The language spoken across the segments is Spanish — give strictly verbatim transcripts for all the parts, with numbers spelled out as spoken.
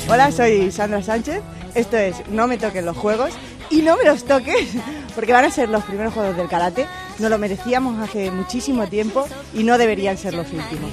Hola, soy Sandra Sánchez, esto es No me toques los juegos y no me los toques porque van a ser los primeros juegos del karate, nos lo merecíamos hace muchísimo tiempo y no deberían ser los últimos.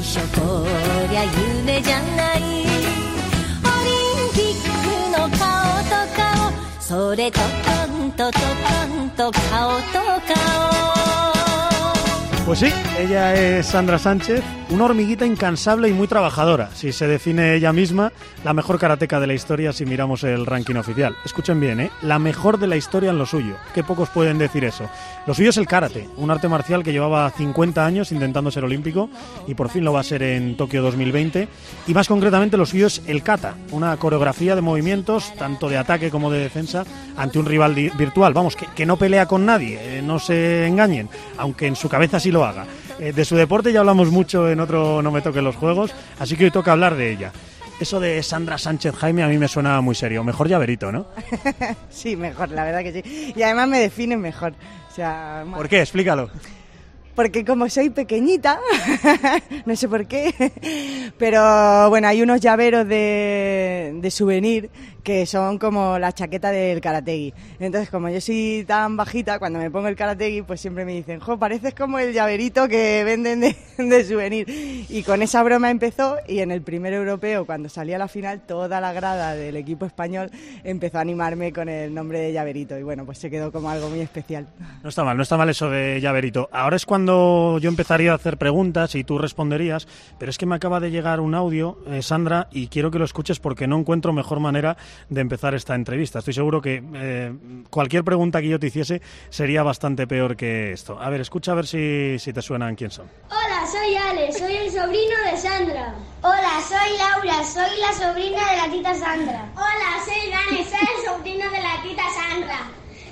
Pues sí, ella es Sandra Sánchez, una hormiguita incansable y muy trabajadora. Si se define ella misma, la mejor karateca de la historia si miramos el ranking oficial. Escuchen bien, ¿eh? La mejor de la historia en lo suyo. Qué pocos pueden decir eso. Lo suyo es el karate, un arte marcial que llevaba cincuenta años intentando ser olímpico y por fin lo va a ser en Tokio dos mil veinte. Y más concretamente lo suyo es el kata, una coreografía de movimientos, tanto de ataque como de defensa, ante un rival di- virtual. Vamos, que, que no pelea con nadie, eh, no se engañen, aunque en su cabeza sí lo haga. Eh, de su deporte ya hablamos mucho en otro No me toquen los juegos, así que hoy toca hablar de ella. Eso de Sandra Sánchez Jaime a mí me suena muy serio. Mejor llaverito, ¿no? Sí, mejor, la verdad que sí. Y además me define mejor. O sea, ¿Por qué? Explícalo. Porque como soy pequeñita, no sé por qué, pero bueno, hay unos llaveros de, de souvenir que son como la chaqueta del karategi. Entonces, como yo soy tan bajita, cuando me pongo el karategi, pues siempre me dicen, jo, pareces como el llaverito que venden de, de souvenir. Y con esa broma empezó, y en el primer europeo, cuando salí a la final, toda la grada del equipo español empezó a animarme con el nombre de llaverito. Y bueno, pues se quedó como algo muy especial. No está mal, no está mal eso de llaverito. Ahora es cuando yo empezaría a hacer preguntas y tú responderías, pero es que me acaba de llegar un audio, eh, Sandra, y quiero que lo escuches porque no encuentro mejor manera de empezar esta entrevista. Estoy seguro que eh, cualquier pregunta que yo te hiciese sería bastante peor que esto. A ver, escucha a ver si, si te suenan quién son. Hola, soy Ale, soy el sobrino de Sandra. Hola, soy Laura, soy la sobrina de la tita Sandra. Hola, soy Dani, soy el sobrino de la tita Sandra.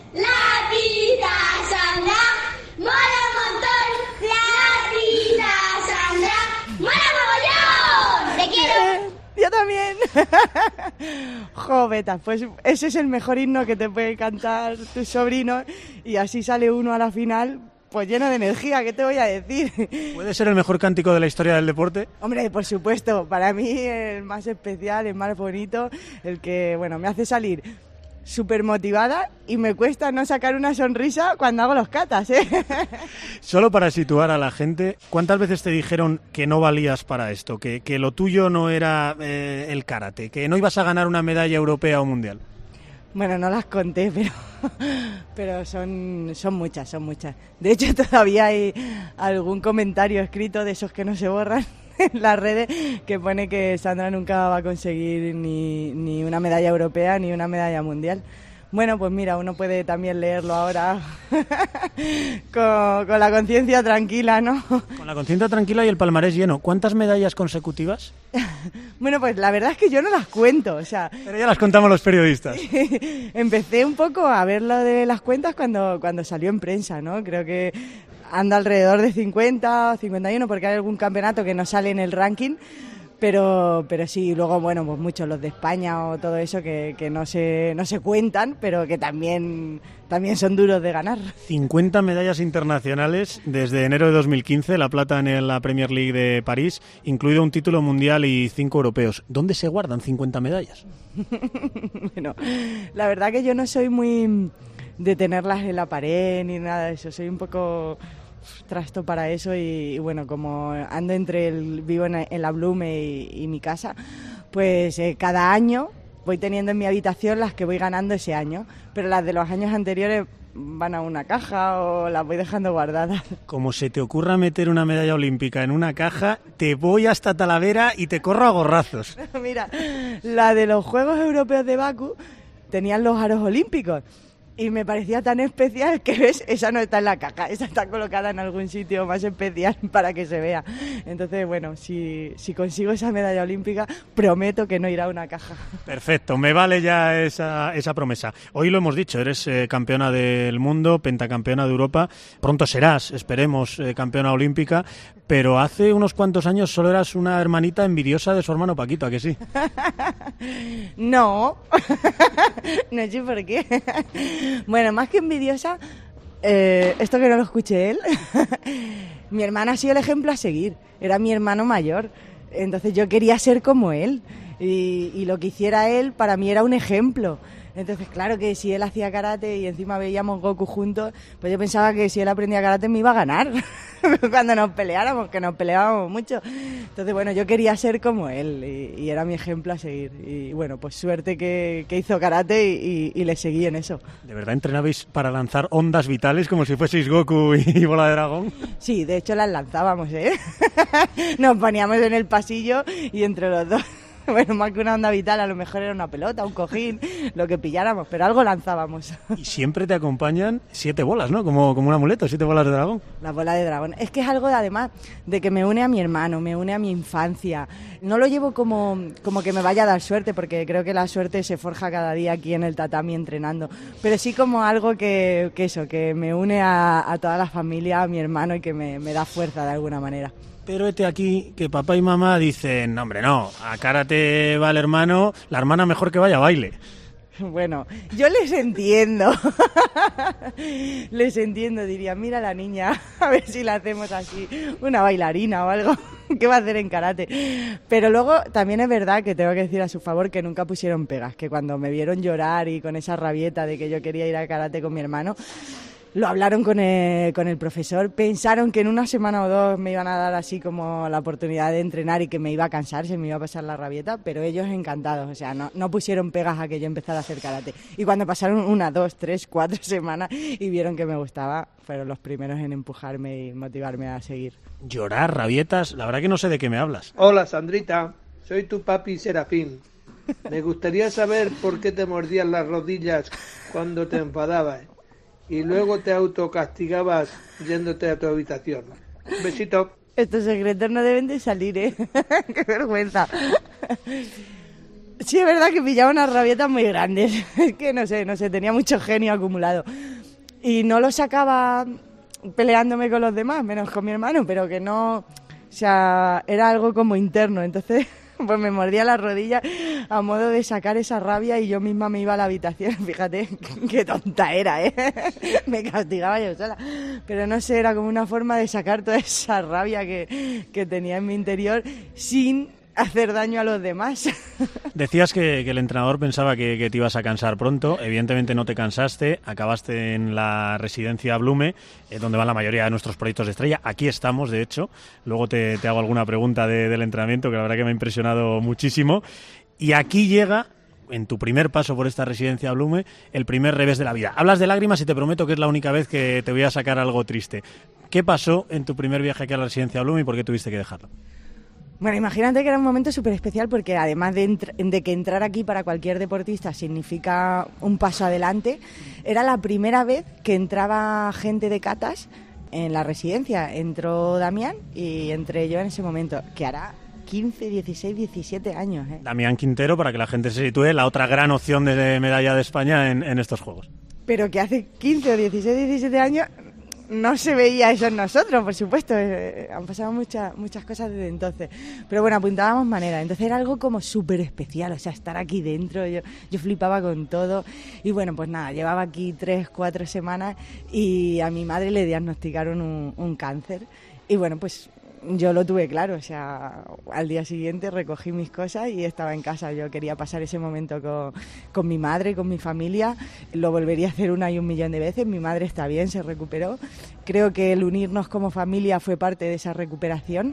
La tita Sandra mola un montón. La tita Sandra mola mogollón. ¡Te quiero! Yo también. Joveta, pues ese es el mejor himno que te puede cantar tu sobrino y así sale uno a la final pues lleno de energía, ¿qué te voy a decir? ¿Puede ser el mejor cántico de la historia del deporte? Hombre, por supuesto, para mí el más especial, el más bonito, el que, bueno, me hace salir súper motivada y me cuesta no sacar una sonrisa cuando hago los katas, ¿eh? Solo para situar a la gente, ¿cuántas veces te dijeron que no valías para esto? Que, que lo tuyo no era eh, el karate, que no ibas a ganar una medalla europea o mundial. Bueno, no las conté, pero, pero son, son muchas, son muchas. De hecho, todavía hay algún comentario escrito de esos que no se borran en las redes que pone que Sandra nunca va a conseguir ni, ni una medalla europea ni una medalla mundial. Bueno, pues mira, uno puede también leerlo ahora con, con la conciencia tranquila, ¿no? Con la conciencia tranquila y el palmarés lleno. ¿Cuántas medallas consecutivas? Bueno, pues la verdad es que yo no las cuento, o sea... Pero ya las contamos los periodistas. Empecé un poco a ver lo de las cuentas cuando, cuando salió en prensa, ¿no? Creo que anda alrededor de cincuenta o cincuenta y uno porque hay algún campeonato que no sale en el ranking, pero pero sí, luego, bueno, pues muchos los de España o todo eso que, que no se no se cuentan, pero que también, también son duros de ganar. cincuenta medallas internacionales desde enero de dos mil quince, la plata en la Premier League de París, incluido un título mundial y cinco europeos. ¿Dónde se guardan cincuenta medallas? Bueno, la verdad que yo no soy muy de tenerlas en la pared ni nada de eso, soy un poco trasto para eso y, y bueno, como ando entre el vivo en, en la Blume y, y mi casa, pues eh, cada año voy teniendo en mi habitación las que voy ganando ese año, pero las de los años anteriores van a una caja o las voy dejando guardadas. Como se te ocurra meter una medalla olímpica en una caja, te voy hasta Talavera y te corro a gorrazos. Mira, la de los Juegos Europeos de Bakú tenían los aros olímpicos. Y me parecía tan especial que, ¿ves? Esa no está en la caja, esa está colocada en algún sitio más especial para que se vea. Entonces, bueno, si, si consigo esa medalla olímpica, prometo que no irá a una caja. Perfecto, me vale ya esa, esa promesa. Hoy lo hemos dicho, eres eh, campeona del mundo, pentacampeona de Europa. Pronto serás, esperemos, eh, campeona olímpica. Pero hace unos cuantos años solo eras una hermanita envidiosa de su hermano Paquito, ¿a que sí? No, no sé por qué. Bueno, más que envidiosa, eh, esto que no lo escuché él, mi hermana ha sido el ejemplo a seguir, era mi hermano mayor, entonces yo quería ser como él. y, y lo que hiciera él para mí era un ejemplo. Entonces, claro que si él hacía karate y encima veíamos Goku juntos, pues yo pensaba que si él aprendía karate me iba a ganar cuando nos peleáramos, que nos peleábamos mucho. Entonces, bueno, yo quería ser como él y, y era mi ejemplo a seguir. Y bueno, pues suerte que, que hizo karate y, y, y le seguí en eso. ¿De verdad entrenabais para lanzar ondas vitales como si fueseis Goku y Bola de Dragón? Sí, de hecho las lanzábamos, ¿eh? Nos poníamos en el pasillo y entre los dos... Bueno, más que una onda vital, a lo mejor era una pelota, un cojín, lo que pilláramos, pero algo lanzábamos. Y siempre te acompañan siete bolas, ¿no? Como, como un amuleto, siete bolas de dragón. La bola de dragón. Es que es algo, de, además, de que me une a mi hermano, me une a mi infancia. No lo llevo como, como que me vaya a dar suerte, porque creo que la suerte se forja cada día aquí en el tatami entrenando. Pero sí como algo que, que eso, que me une a, a toda la familia, a mi hermano y que me, me da fuerza de alguna manera. Pero este aquí, que papá y mamá dicen, no, hombre, no, a karate va el hermano, la hermana mejor que vaya a baile. Bueno, yo les entiendo, les entiendo, diría, mira a la niña, a ver si la hacemos así, una bailarina o algo, ¿qué va a hacer en karate? Pero luego también es verdad que tengo que decir a su favor que nunca pusieron pegas, que cuando me vieron llorar y con esa rabieta de que yo quería ir a karate con mi hermano, lo hablaron con el, con el profesor, pensaron que en una semana o dos me iban a dar así como la oportunidad de entrenar y que me iba a cansar, se me iba a pasar la rabieta, pero ellos encantados, o sea, no, no pusieron pegas a que yo empezara a hacer karate. Y cuando pasaron una, dos, tres, cuatro semanas y vieron que me gustaba, fueron los primeros en empujarme y motivarme a seguir. Llorar, rabietas, la verdad que no sé de qué me hablas. Hola Sandrita, soy tu papi Serafín. Me gustaría saber por qué te mordías las rodillas cuando te enfadabas y luego te autocastigabas yéndote a tu habitación. Un besito. Estos secretos no deben de salir, ¿eh? ¡Qué vergüenza! Sí, es verdad que pillaba unas rabietas muy grandes. Es que no sé, no sé, tenía mucho genio acumulado. Y no lo sacaba peleándome con los demás, menos con mi hermano, pero que no... O sea, era algo como interno, entonces... Pues me mordía la rodilla a modo de sacar esa rabia y yo misma me iba a la habitación. Fíjate qué tonta era, ¿eh? Me castigaba yo sola. Pero no sé, era como una forma de sacar toda esa rabia que, que tenía en mi interior sin hacer daño a los demás. Decías que, que el entrenador pensaba que, que te ibas a cansar pronto. Evidentemente no te cansaste. Acabaste en la residencia Blume, eh, donde van la mayoría de nuestros proyectos de estrella. Aquí estamos, de hecho. Luego te, te hago alguna pregunta de, del entrenamiento, que la verdad que me ha impresionado muchísimo. Y aquí llega, en tu primer paso por esta residencia Blume, el primer revés de la vida. Hablas de lágrimas y te prometo que es la única vez que te voy a sacar algo triste. ¿Qué pasó en tu primer viaje aquí a la residencia Blume y por qué tuviste que dejarlo? Bueno, imagínate que era un momento súper especial porque además de, entr- de que entrar aquí para cualquier deportista significa un paso adelante, era la primera vez que entraba gente de catas en la residencia. Entró Damián y entré yo en ese momento, que hará quince, dieciséis, diecisiete años. ¿eh? Damián Quintero, para que la gente se sitúe, la otra gran opción de medalla de España en, en estos Juegos. Pero que hace quince o dieciséis, diecisiete años... No se veía eso en nosotros, por supuesto, eh, han pasado muchas muchas cosas desde entonces, pero bueno, apuntábamos manera, entonces era algo como súper especial, o sea, estar aquí dentro, yo, yo flipaba con todo y bueno, pues nada, llevaba aquí tres, cuatro semanas y a mi madre le diagnosticaron un, un cáncer y bueno, pues yo lo tuve claro, o sea, al día siguiente recogí mis cosas y estaba en casa. Yo quería pasar ese momento con, con mi madre, con mi familia, lo volvería a hacer una y un millón de veces. Mi madre está bien, se recuperó. Creo que el unirnos como familia fue parte de esa recuperación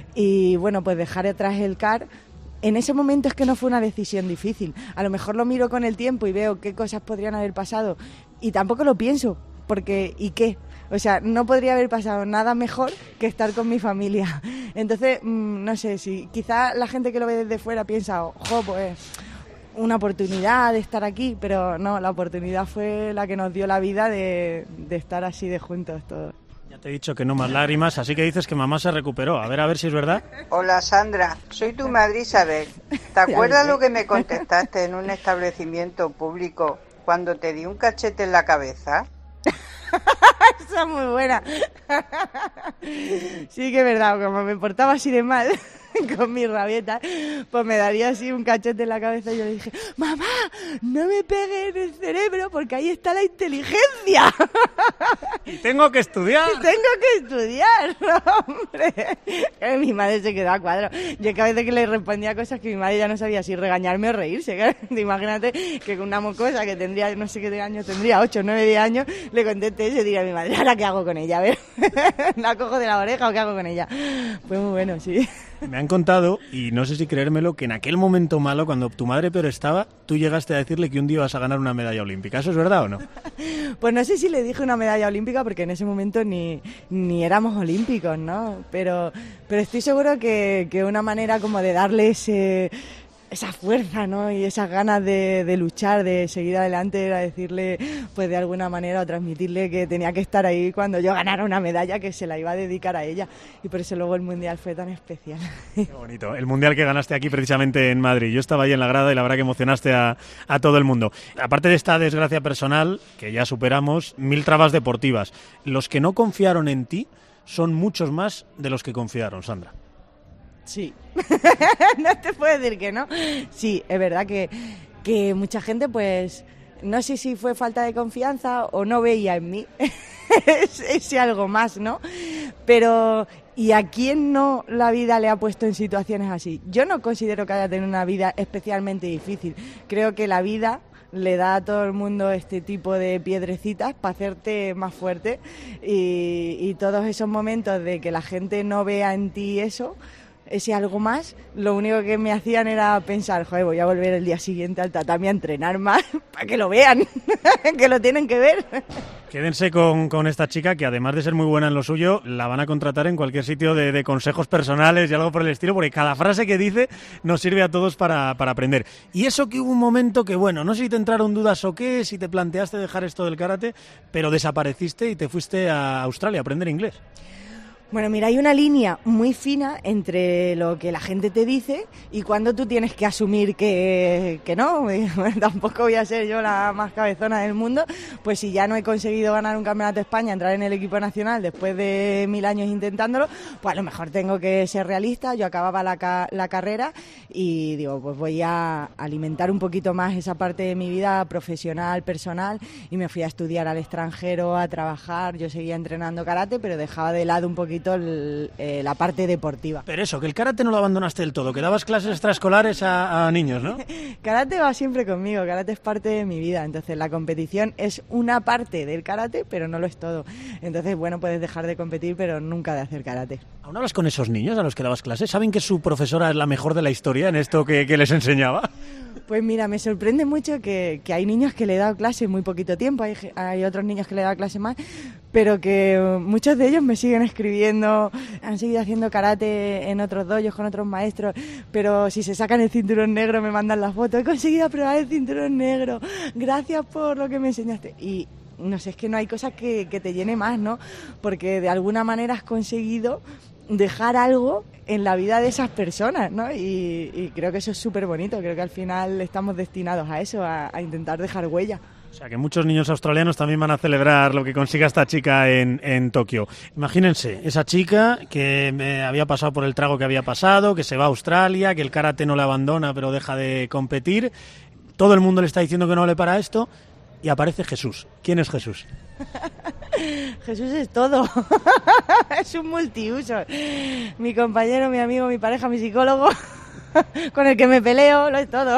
y bueno, pues dejar atrás el C A R. En ese momento es que no fue una decisión difícil. A lo mejor lo miro con el tiempo y veo qué cosas podrían haber pasado y tampoco lo pienso, porque ¿y qué? O sea, no podría haber pasado nada mejor que estar con mi familia. Entonces, mmm, no sé, si quizá la gente que lo ve desde fuera piensa, ojo, pues una oportunidad de estar aquí, pero no, la oportunidad fue la que nos dio la vida de, de estar así de juntos todos. Ya te he dicho que no más lágrimas, así que dices que mamá se recuperó. A ver, a ver si es verdad. Hola Sandra, soy tu madre Isabel. ¿Te acuerdas lo que me contestaste en un establecimiento público cuando te di un cachete en la cabeza? Esa es muy buena. Sí que es verdad, como me portaba así de mal con mi rabieta, pues me daría así un cachete en la cabeza y yo le dije, mamá, no me pegues en el cerebro porque ahí está la inteligencia. Y tengo que estudiar. Y tengo que estudiar, hombre. Eh, mi madre se quedó a cuadro. Yo cada vez que le respondía cosas que mi madre ya no sabía si regañarme o reírse. Claro. Imagínate que con una mocosa que tendría, no sé qué años tendría, ocho, nueve, diez años, le contesté eso y diría a mi madre, ¿ahora qué hago con ella? A ver, ¿la cojo de la oreja o qué hago con ella? Fue muy bueno, sí. Me han contado, y no sé si creérmelo, que en aquel momento malo, cuando tu madre peor estaba, tú llegaste a decirle que un día vas a ganar una medalla olímpica. ¿Eso es verdad o no? Pues no sé si le dije una medalla olímpica, porque en ese momento ni, ni éramos olímpicos, ¿no? Pero, pero estoy seguro que, que una manera como de darle ese... esa fuerza, ¿no? Y esas ganas de, de luchar, de seguir adelante, era decirle, pues de alguna manera, o transmitirle que tenía que estar ahí cuando yo ganara una medalla, que se la iba a dedicar a ella. Y por eso luego el Mundial fue tan especial. Qué bonito. El Mundial que ganaste aquí precisamente en Madrid. Yo estaba ahí en la grada y la verdad que emocionaste a, a todo el mundo. Aparte de esta desgracia personal, que ya superamos, mil trabas deportivas. Los que no confiaron en ti son muchos más de los que confiaron, Sandra. Sí, no te puedo decir que no. Sí, es verdad que, que mucha gente, pues, no sé si fue falta de confianza o no veía en mí ese algo más, ¿no? Pero, ¿y a quién no la vida le ha puesto en situaciones así? Yo no considero que haya tenido una vida especialmente difícil. Creo que la vida le da a todo el mundo este tipo de piedrecitas para hacerte más fuerte y, y todos esos momentos de que la gente no vea en ti eso, ese algo más, lo único que me hacían era pensar, joder, voy a volver el día siguiente al tatami a entrenar más para que lo vean, que lo tienen que ver. Quédense con, con esta chica que además de ser muy buena en lo suyo, la van a contratar en cualquier sitio de, de consejos personales y algo por el estilo, porque cada frase que dice nos sirve a todos para, para aprender. Y eso que hubo un momento que, bueno, no sé si te entraron dudas o qué, si te planteaste dejar esto del karate, pero desapareciste y te fuiste a Australia a aprender inglés. Bueno, mira, hay una línea muy fina entre lo que la gente te dice y cuando tú tienes que asumir que, que no. Bueno, tampoco voy a ser yo la más cabezona del mundo, pues si ya no he conseguido ganar un campeonato de España, entrar en el equipo nacional después de mil años intentándolo, pues a lo mejor tengo que ser realista. Yo acababa la, ca- la carrera y digo, pues voy a alimentar un poquito más esa parte de mi vida profesional, personal, y me fui a estudiar al extranjero, a trabajar. Yo seguía entrenando karate, pero dejaba de lado un poquito El, eh, la parte deportiva. Pero eso, que el karate no lo abandonaste del todo, que dabas clases extraescolares a, a niños, ¿no? Karate va siempre conmigo, karate es parte de mi vida, entonces la competición es una parte del karate, pero no lo es todo. Entonces, bueno, puedes dejar de competir, pero nunca de hacer karate. ¿Aún hablas con esos niños a los que dabas clases? ¿Saben que su profesora es la mejor de la historia en esto que, que les enseñaba? Pues mira, me sorprende mucho que, que hay niños que le he dado clase muy poquito tiempo, hay, hay otros niños que le he dado clase más, pero que muchos de ellos me siguen escribiendo, han seguido haciendo karate en otros dojos con otros maestros, pero si se sacan el cinturón negro me mandan la foto, he conseguido aprobar el cinturón negro, gracias por lo que me enseñaste. Y no sé, es que no hay cosa que, que te llene más, ¿no? Porque de alguna manera has conseguido dejar algo en la vida de esas personas, ¿no? Y, y creo que eso es súper bonito, creo que al final estamos destinados a eso, a, a intentar dejar huella. O sea, que muchos niños australianos también van a celebrar lo que consiga esta chica en, en Tokio. Imagínense, esa chica que eh, había pasado por el trago que había pasado, que se va a Australia, que el karate no le abandona pero deja de competir, todo el mundo le está diciendo que no vale para esto, y aparece Jesús. ¿Quién es Jesús? Jesús es todo, es un multiuso. Mi compañero, mi amigo, mi pareja, mi psicólogo, con el que me peleo, lo es todo.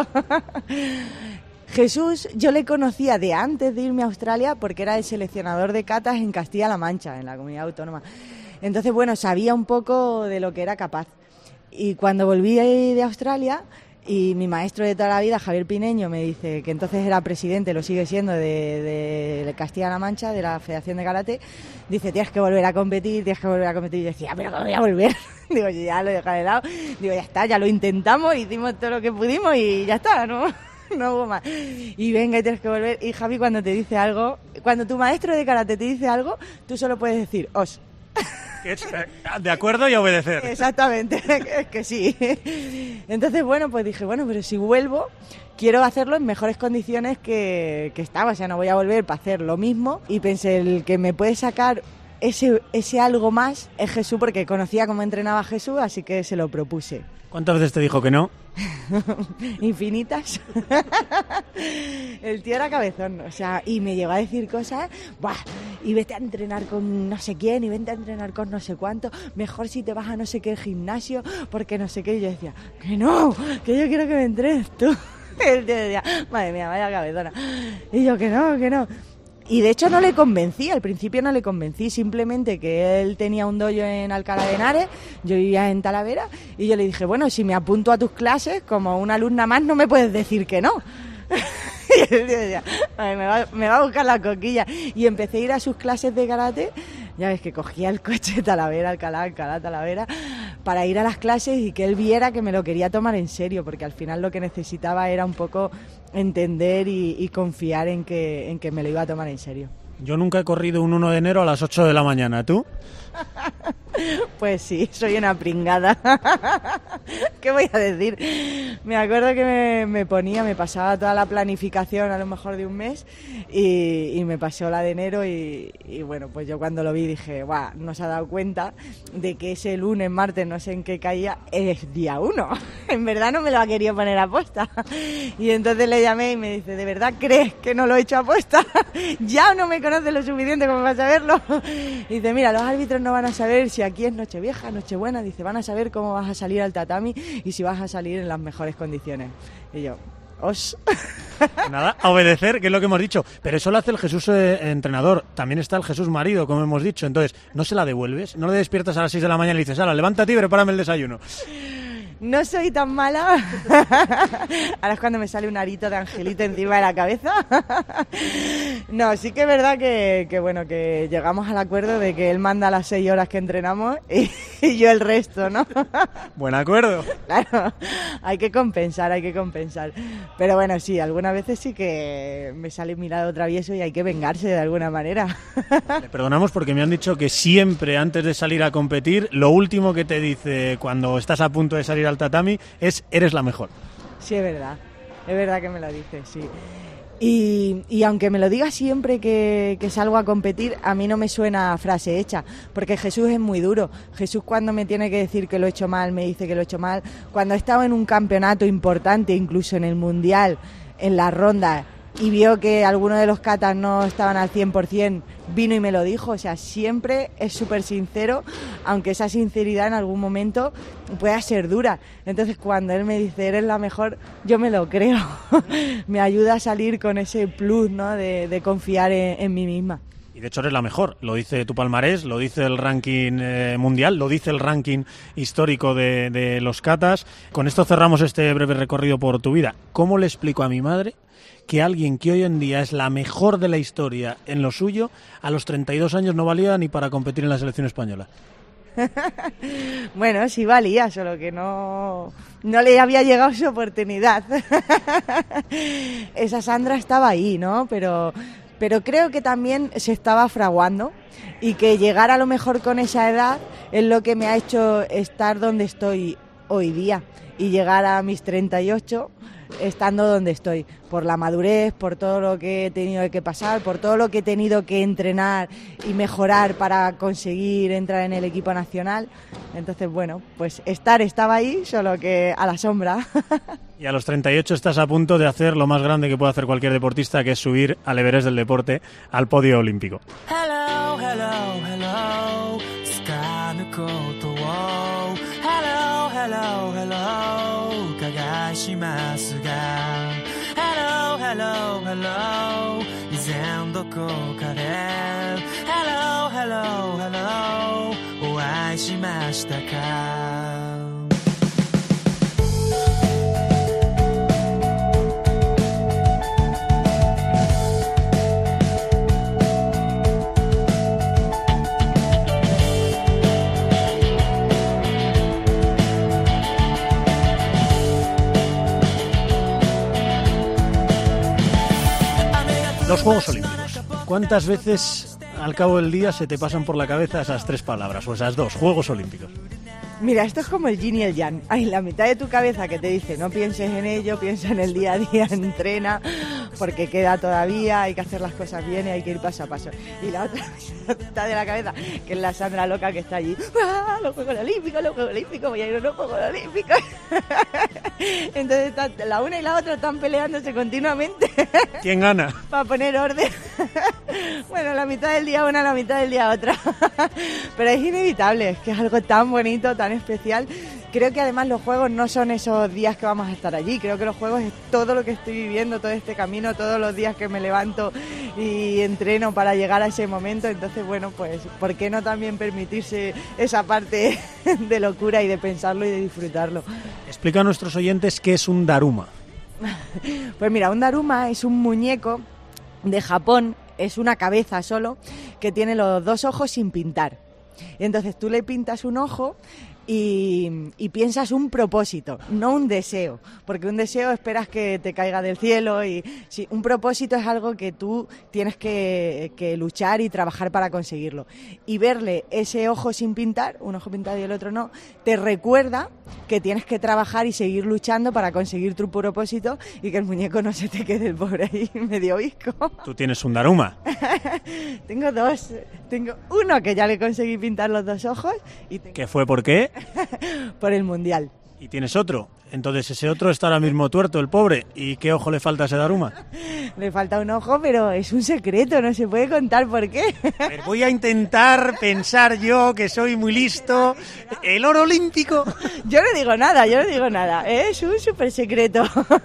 Jesús, yo le conocía de antes de irme a Australia porque era el seleccionador de katas en Castilla-La Mancha, en la comunidad autónoma. Entonces, bueno, sabía un poco de lo que era capaz. Y cuando volví de Australia, y mi maestro de toda la vida, Javier Pineño, me dice que entonces era presidente, lo sigue siendo, de, de Castilla-La Mancha, de la Federación de Karate, dice, tienes que volver a competir, tienes que volver a competir. Y yo decía, pero ¿cómo voy a volver? Digo, yo ya lo he dejado de lado. Digo, ya está, ya lo intentamos, hicimos todo lo que pudimos y ya está, ¿no? No hubo más. Y venga, y tienes que volver. Y Javi, cuando te dice algo, cuando tu maestro de karate te dice algo, tú solo puedes decir, os. De acuerdo y a obedecer. Exactamente, es que sí. Entonces, bueno, pues dije, bueno, pero si vuelvo, quiero hacerlo en mejores condiciones que, que estaba. O sea, no voy a volver para hacer lo mismo. Y pensé, el que me puede sacar ese, ese algo más es Jesús, porque conocía cómo entrenaba a Jesús, así que se lo propuse. ¿Cuántas veces te dijo que no? Infinitas. El tío era cabezón, o sea, y me llegó a decir cosas, ¡buah! Y vete a entrenar con no sé quién, y vete a entrenar con no sé cuánto, mejor si te vas a no sé qué gimnasio, porque no sé qué. Y yo decía, que no, que yo quiero que me entrenes tú. El tío decía, madre mía, vaya cabezona. Y yo, que no, que no. Y de hecho no le convencí, al principio no le convencí, simplemente que él tenía un dojo en Alcalá de Henares, yo vivía en Talavera, y yo le dije, bueno, si me apunto a tus clases, como una alumna más, no me puedes decir que no. Y él decía, me va, me va a buscar la coquilla. Y empecé a ir a sus clases de karate, ya ves que cogía el coche Talavera, Alcalá, Alcalá, Talavera, para ir a las clases y que él viera que me lo quería tomar en serio, porque al final lo que necesitaba era un poco entender y, y confiar en que, en que me lo iba a tomar en serio. Yo nunca he corrido un uno de enero a las ocho de la mañana, ¿tú? Pues sí, soy una pringada. ¿Qué voy a decir? Me acuerdo que me, me ponía, me pasaba toda la planificación a lo mejor de un mes y, y me pasó la de enero y, y bueno, pues yo cuando lo vi dije, guau, no se ha dado cuenta de que ese lunes, martes, no sé en qué caía, es día uno. En verdad no me lo ha querido poner a posta. Y entonces le llamé y me dice, ¿de verdad crees que no lo he hecho a posta? Ya no me conoces lo suficiente como para saberlo. Y dice, mira, los árbitros no van a saber si aquí es Nochevieja, Nochebuena, dice, van a saber cómo vas a salir al tatami y si vas a salir en las mejores condiciones. Y yo, os... Nada, a obedecer, que es lo que hemos dicho. Pero eso lo hace el Jesús eh, entrenador. También está el Jesús marido, como hemos dicho. Entonces, ¿no se la devuelves? ¿No le despiertas a las seis de la mañana y le dices, ala, levántate y prepárame el desayuno? No soy tan mala. Ahora es cuando me sale un arito de angelito encima de la cabeza. No, sí que es verdad que, que bueno, que llegamos al acuerdo de que él manda las seis horas que entrenamos y, y yo el resto, ¿no? Buen acuerdo. Claro, hay que compensar, hay que compensar. Pero bueno, sí, algunas veces sí que me sale mi lado travieso y hay que vengarse de alguna manera. Le perdonamos porque me han dicho que siempre antes de salir a competir, lo último que te dice cuando estás a punto de salir al tatami es, eres la mejor. Sí, es verdad, es verdad que me lo dice, sí. Y, y aunque me lo diga siempre que, que salgo a competir, a mí no me suena a frase hecha, porque Jesús es muy duro. Jesús cuando me tiene que decir que lo he hecho mal, me dice que lo he hecho mal. Cuando he estado en un campeonato importante, incluso en el Mundial, en la ronda, y vio que algunos de los katas no estaban al cien por ciento, vino y me lo dijo. O sea, siempre es súper sincero, aunque esa sinceridad en algún momento pueda ser dura. Entonces, cuando él me dice, eres la mejor, yo me lo creo. Me ayuda a salir con ese plus, ¿no?, de, de confiar en, en mí misma. Y de hecho eres la mejor, lo dice tu palmarés, lo dice el ranking eh, mundial, lo dice el ranking histórico de, de los katas. Con esto cerramos este breve recorrido por tu vida. ¿Cómo le explico a mi madre que alguien que hoy en día es la mejor de la historia en lo suyo, a los treinta y dos años no valía ni para competir en la selección española? Bueno, sí valía, solo que no, no le había llegado su oportunidad. Esa Sandra estaba ahí, ¿no? Pero... Pero creo que también se estaba fraguando y que llegar a lo mejor con esa edad es lo que me ha hecho estar donde estoy hoy día y llegar a mis treinta y ocho estando donde estoy, por la madurez, por todo lo que he tenido que pasar, por todo lo que he tenido que entrenar y mejorar para conseguir entrar en el equipo nacional. Entonces, bueno, pues estar estaba ahí, solo que a la sombra. Y a los treinta y ocho estás a punto de hacer lo más grande que puede hacer cualquier deportista, que es subir al Everest del deporte, al podio olímpico. Hello, hello, hello. Hello, hello, hello. Kagaishimasu ga. Hello, hello, hello. Izen doko ka de. Hello, hello, hello. Oai shimashita ka. Los Juegos Olímpicos. ¿Cuántas veces al cabo del día se te pasan por la cabeza esas tres palabras o esas dos, Juegos Olímpicos? Mira, esto es como el yin y el yang. Hay la mitad de tu cabeza que te dice no pienses en ello, piensa en el día a día, entrena, porque queda todavía, hay que hacer las cosas bien y hay que ir paso a paso. Y la otra está de la cabeza, que es la Sandra loca que está allí. ¡Ah, los Juegos Olímpicos, los Juegos Olímpicos! Voy a ir a los Juegos Olímpicos. Entonces está, la una y la otra están peleándose continuamente. ¿Quién gana? Para poner orden. Bueno, la mitad del día una, la mitad del día otra. Pero es inevitable, es que es algo tan bonito, tan especial. Creo que además los juegos no son esos días que vamos a estar allí. Creo que los juegos es todo lo que estoy viviendo, todo este camino, todos los días que me levanto y entreno para llegar a ese momento. Entonces, bueno, pues, ¿por qué no también permitirse esa parte de locura y de pensarlo y de disfrutarlo? Explica a nuestros oyentes qué es un daruma. Pues mira, un daruma es un muñeco de Japón, es una cabeza solo, que tiene los dos ojos sin pintar. Y entonces tú le pintas un ojo y, y piensas un propósito, no un deseo, porque un deseo esperas que te caiga del cielo y sí, un propósito es algo que tú tienes que, que luchar y trabajar para conseguirlo. Y verle ese ojo sin pintar, un ojo pintado y el otro no, te recuerda que tienes que trabajar y seguir luchando para conseguir tu propósito y que el muñeco no se te quede el pobre ahí medio visco. Tú tienes un daruma. Tengo dos, tengo uno que ya le conseguí pintar los dos ojos y tengo... ¿Qué fue por qué? Por el mundial. Y tienes otro. Entonces ese otro está ahora mismo tuerto, el pobre. ¿Y qué ojo le falta a ese daruma? Le falta un ojo, pero es un secreto, no se puede contar por qué. A ver, voy a intentar pensar yo, que soy muy listo. ¿El oro olímpico? Yo no digo nada, yo no digo nada. Es un súper secreto.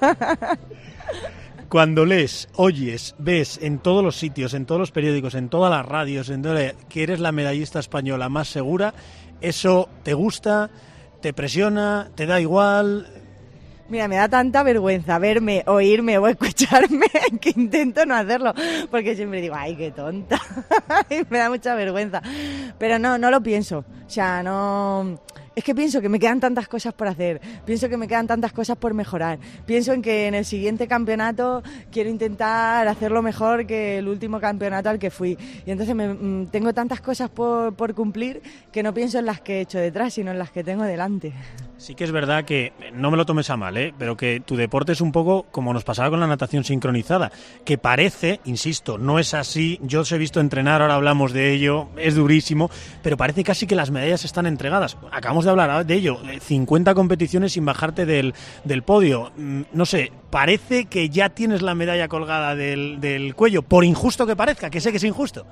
Cuando lees, oyes, ves en todos los sitios, en todos los periódicos, en todas las radios, en todo, que eres la medallista española más segura, ¿eso te gusta, te presiona, te da igual? Mira, me da tanta vergüenza verme, oírme o escucharme que intento no hacerlo, porque siempre digo, ay, qué tonta, y me da mucha vergüenza. Pero no, no lo pienso, o sea, no... Es que pienso que me quedan tantas cosas por hacer, pienso que me quedan tantas cosas por mejorar, pienso en que en el siguiente campeonato quiero intentar hacerlo mejor que el último campeonato al que fui. Y entonces me, tengo tantas cosas por, por cumplir que no pienso en las que he hecho detrás, sino en las que tengo delante. Sí que es verdad que, no me lo tomes a mal, ¿eh? Pero que tu deporte es un poco como nos pasaba con la natación sincronizada, que parece, insisto, no es así, yo os he visto entrenar, ahora hablamos de ello, es durísimo, pero parece casi que las medallas están entregadas. Acabamos de hablar de ello, cincuenta competiciones sin bajarte del, del podio, no sé, parece que ya tienes la medalla colgada del, del cuello, por injusto que parezca, que sé que es injusto.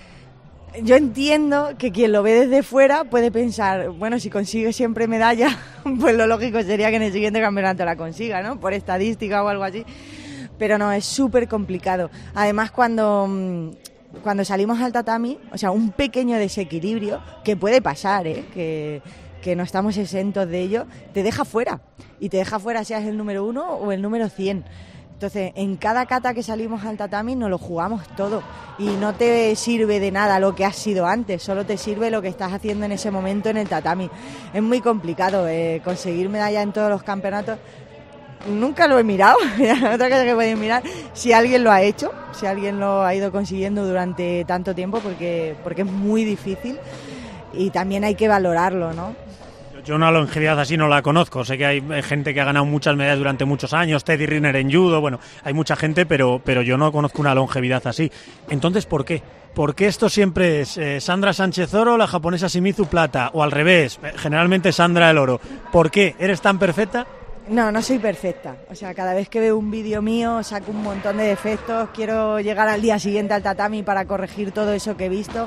Yo entiendo que quien lo ve desde fuera puede pensar, bueno, si consigue siempre medalla, pues lo lógico sería que en el siguiente campeonato la consiga, ¿no? Por estadística o algo así. Pero no, es súper complicado. Además, cuando, cuando salimos al tatami, o sea, un pequeño desequilibrio, que puede pasar, ¿eh? Que, que no estamos exentos de ello, te deja fuera. Y te deja fuera seas el número uno o el número cien. Entonces, en cada kata que salimos al tatami nos lo jugamos todo y no te sirve de nada lo que has sido antes, solo te sirve lo que estás haciendo en ese momento en el tatami. Es muy complicado eh, conseguir medalla en todos los campeonatos. Nunca lo he mirado, otra cosa que podéis mirar, si alguien lo ha hecho, si alguien lo ha ido consiguiendo durante tanto tiempo, porque, porque es muy difícil y también hay que valorarlo, ¿no? Yo una longevidad así no la conozco, sé que hay gente que ha ganado muchas medallas durante muchos años, Teddy Riner en judo, bueno, hay mucha gente, pero, pero yo no conozco una longevidad así. Entonces, ¿por qué? ¿Por qué esto siempre es eh, Sandra Sánchez oro, la japonesa Shimizu plata, o al revés, generalmente Sandra el oro? ¿Por qué? ¿Eres tan perfecta? No, no soy perfecta, o sea, cada vez que veo un vídeo mío saco un montón de defectos, quiero llegar al día siguiente al tatami para corregir todo eso que he visto.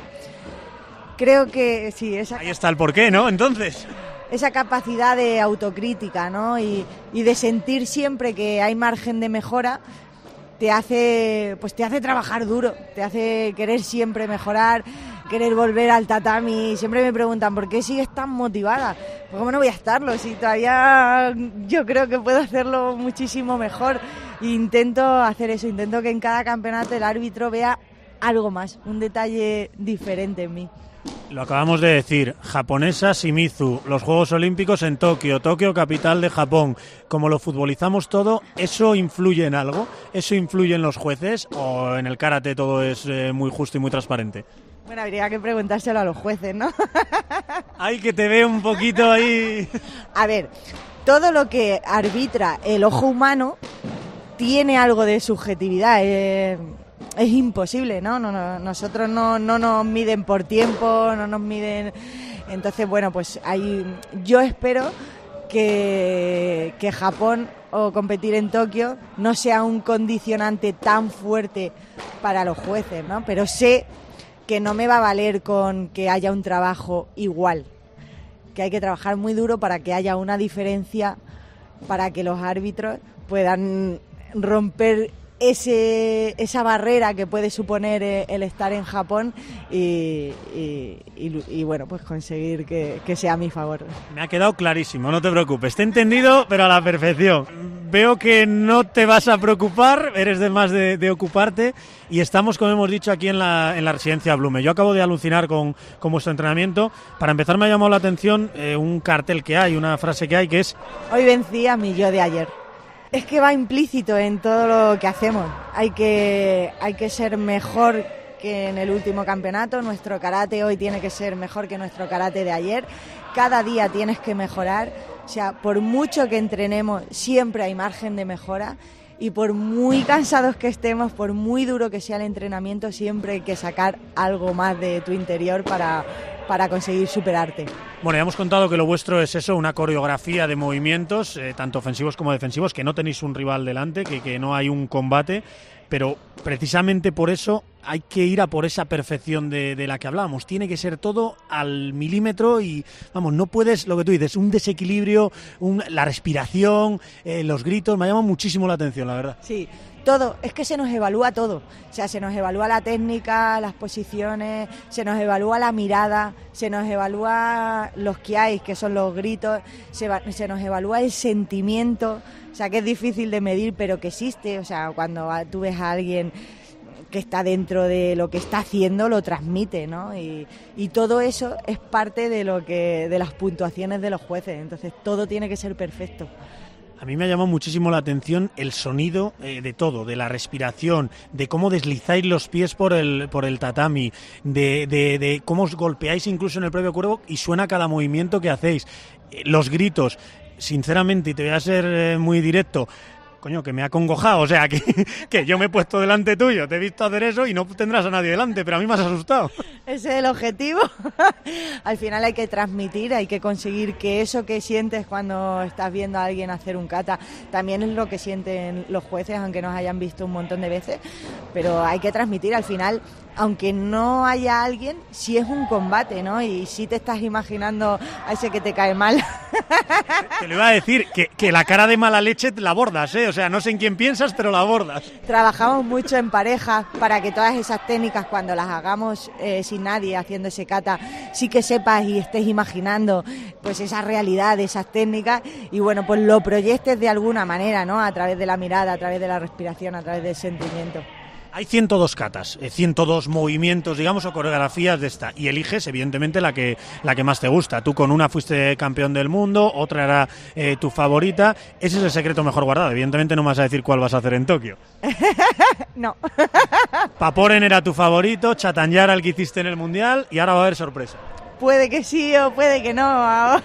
Creo que sí, esa... Ahí está el porqué, ¿no? Entonces... esa capacidad de autocrítica, ¿no? Y, y de sentir siempre que hay margen de mejora te hace, pues te hace trabajar duro, te hace querer siempre mejorar, querer volver al tatami. Siempre me preguntan, ¿por qué sigues tan motivada? Pues cómo no voy a estarlo, si todavía yo creo que puedo hacerlo muchísimo mejor. E intento hacer eso, intento que en cada campeonato el árbitro vea algo más, un detalle diferente en mí. Lo acabamos de decir, japonesa Shimizu, los Juegos Olímpicos en Tokio, Tokio capital de Japón. Como lo futbolizamos todo, ¿eso influye en algo? ¿Eso influye en los jueces o en el karate todo es eh, muy justo y muy transparente? Bueno, habría que preguntárselo a los jueces, ¿no? Ay, que te veo un poquito ahí. A ver, todo lo que arbitra el ojo humano tiene algo de subjetividad, es, es imposible, ¿no? No, no nosotros no, no nos miden por tiempo, no nos miden... Entonces, bueno, pues hay, yo espero que, que Japón o competir en Tokio no sea un condicionante tan fuerte para los jueces, ¿no? Pero sé que no me va a valer con que haya un trabajo igual, que hay que trabajar muy duro para que haya una diferencia, para que los árbitros puedan romper ese esa barrera que puede suponer el estar en Japón y, y, y, y bueno, pues conseguir que, que sea a mi favor. Me ha quedado clarísimo, no te preocupes, te he entendido, pero a la perfección. Veo que no te vas a preocupar, eres de más de, de ocuparte, y estamos, como hemos dicho, aquí en la, en la residencia Blume. Yo acabo de alucinar con, con vuestro entrenamiento. Para empezar, me ha llamado la atención eh, un cartel que hay, una frase que hay, que es: hoy vencí a mi yo de ayer. Es que va implícito en todo lo que hacemos. Hay que, hay que ser mejor que en el último campeonato. Nuestro karate hoy tiene que ser mejor que nuestro karate de ayer. Cada día tienes que mejorar. O sea, por mucho que entrenemos, siempre hay margen de mejora. Y por muy cansados que estemos, por muy duro que sea el entrenamiento, siempre hay que sacar algo más de tu interior para, para conseguir superarte. Bueno, ya hemos contado que lo vuestro es eso, una coreografía de movimientos, eh, tanto ofensivos como defensivos, que no tenéis un rival delante, que, que no hay un combate, pero precisamente por eso hay que ir a por esa perfección de, de la que hablábamos. Tiene que ser todo al milímetro y, vamos, no puedes, lo que tú dices, un desequilibrio, un, la respiración, eh, los gritos, me ha llamado muchísimo la atención, la verdad. Sí, todo, es que se nos evalúa todo, o sea, se nos evalúa la técnica, las posiciones, se nos evalúa la mirada, se nos evalúa los kiais, que son los gritos, se, va, se nos evalúa el sentimiento, o sea, que es difícil de medir, pero que existe, o sea, cuando tú ves a alguien que está dentro de lo que está haciendo, lo transmite, ¿no? Y, y todo eso es parte de lo que de las puntuaciones de los jueces, entonces todo tiene que ser perfecto. A mí me ha llamado muchísimo la atención el sonido eh, de todo, de la respiración, de cómo deslizáis los pies por el por el tatami, de, de, de cómo os golpeáis incluso en el propio cuerpo y suena cada movimiento que hacéis, eh, los gritos. Sinceramente, y te voy a ser eh, muy directo, coño, que me ha acongojado, o sea, que, que yo me he puesto delante tuyo, te he visto hacer eso y no tendrás a nadie delante, pero a mí me has asustado. Ese es el objetivo. Al final hay que transmitir, hay que conseguir que eso que sientes cuando estás viendo a alguien hacer un kata también es lo que sienten los jueces, aunque nos hayan visto un montón de veces, pero hay que transmitir al final. Aunque no haya alguien, sí es un combate, ¿no? Y sí te estás imaginando a ese que te cae mal. Te lo iba a decir, que, que la cara de mala leche la bordas, ¿eh? O sea, no sé en quién piensas, pero la bordas. Trabajamos mucho en pareja para que todas esas técnicas, cuando las hagamos eh, sin nadie haciendo ese kata, sí que sepas y estés imaginando pues esa realidad de esas técnicas y bueno, pues lo proyectes de alguna manera, ¿no? A través de la mirada, a través de la respiración, a través del sentimiento. Hay ciento dos katas, ciento dos movimientos, digamos, o coreografías de esta, y eliges, evidentemente, la que la que más te gusta. Tú con una fuiste campeón del mundo, otra era eh, tu favorita. Ese es el secreto mejor guardado. Evidentemente no me vas a decir cuál vas a hacer en Tokio. No. Paporen era tu favorito, Chatanyara el que hiciste en el Mundial, y ahora va a haber sorpresa. Puede que sí o puede que no.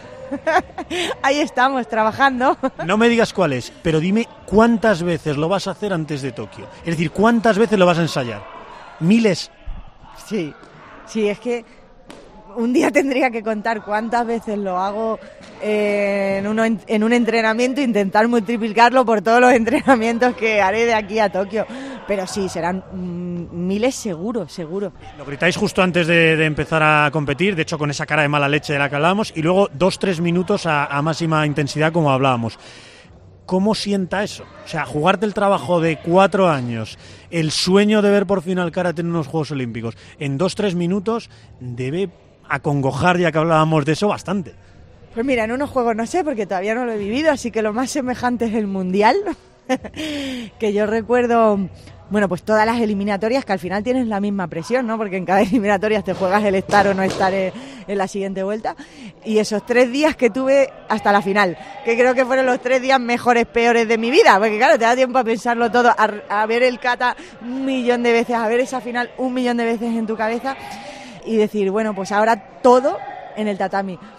Ahí estamos, trabajando. No me digas cuál es, pero dime cuántas veces lo vas a hacer antes de Tokio. Es decir, cuántas veces lo vas a ensayar. ¿Miles? Sí, sí, es que un día tendría que contar cuántas veces lo hago eh, en, uno, en un entrenamiento, intentar multiplicarlo por todos los entrenamientos que haré de aquí a Tokio. Pero sí, serán mm, miles seguro, seguro. Lo gritáis justo antes de, de empezar a competir, de hecho con esa cara de mala leche de la que hablábamos, y luego dos, tres minutos a, a máxima intensidad como hablábamos. ¿Cómo sienta eso? O sea, jugarte el trabajo de cuatro años, el sueño de ver por fin al karate en unos Juegos Olímpicos, en dos, tres minutos, debe acongojar, ya que hablábamos de eso, bastante. Pues mira, en unos juegos no sé, porque todavía no lo he vivido, así que lo más semejante es el Mundial, que yo recuerdo, bueno, pues todas las eliminatorias que al final tienes la misma presión, ¿no? Porque en cada eliminatoria te juegas el estar o no estar en, en la siguiente vuelta, y esos tres días que tuve hasta la final, que creo que fueron los tres días mejores, peores de mi vida, porque claro, te da tiempo a pensarlo todo, a, a ver el kata un millón de veces, a ver esa final un millón de veces en tu cabeza, y decir, bueno, pues ahora todo en el tatami.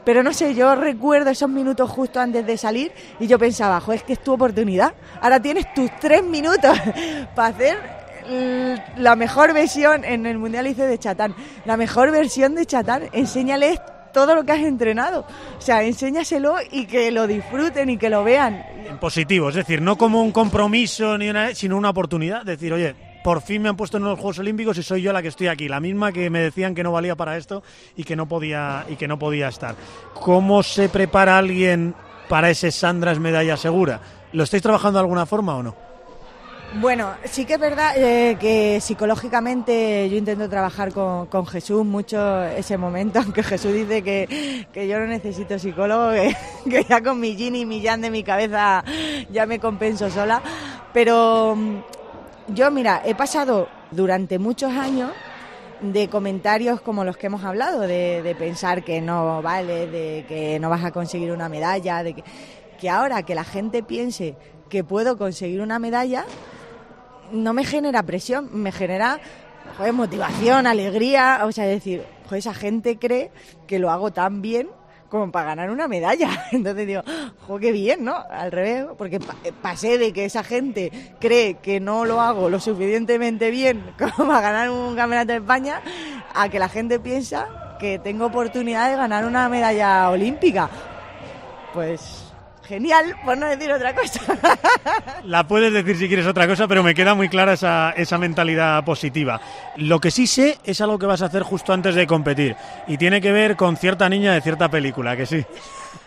Pero no sé, yo recuerdo esos minutos justo antes de salir y yo pensaba, joder, es que es tu oportunidad. Ahora tienes tus tres minutos para hacer la mejor versión en el Mundial hice de Chatán. La mejor versión de Chatán, enséñales todo lo que has entrenado. O sea, enséñaselo y que lo disfruten y que lo vean. En positivo, es decir, no como un compromiso ni una, sino una oportunidad. Decir, oye, por fin me han puesto en los Juegos Olímpicos y soy yo la que estoy aquí, la misma que me decían que no valía para esto y que no podía y que no podía estar. ¿Cómo se prepara alguien para ese Sandra es medalla segura? ¿Lo estáis trabajando de alguna forma o no? Bueno, sí que es verdad eh, que psicológicamente yo intento trabajar con, con Jesús mucho ese momento, aunque Jesús dice que, que yo no necesito psicólogo, que, que ya con mi yin y mi yang de mi cabeza ya me compenso sola, pero yo, mira, he pasado durante muchos años de comentarios como los que hemos hablado, de, de pensar que no vale, de que no vas a conseguir una medalla, de que, que ahora que la gente piense que puedo conseguir una medalla, no me genera presión, me genera joder, motivación, alegría, o sea, decir, joder, esa gente cree que lo hago tan bien como para ganar una medalla. Entonces digo, jo, qué bien, ¿no? Al revés, porque pa- pasé de que esa gente cree que no lo hago lo suficientemente bien como para ganar un campeonato de España, a que la gente piensa que tengo oportunidad de ganar una medalla olímpica. Pues genial, por no decir otra cosa. La puedes decir si quieres otra cosa, pero me queda muy clara esa, esa mentalidad positiva. Lo que sí sé es algo que vas a hacer justo antes de competir y tiene que ver con cierta niña de cierta película, que sí.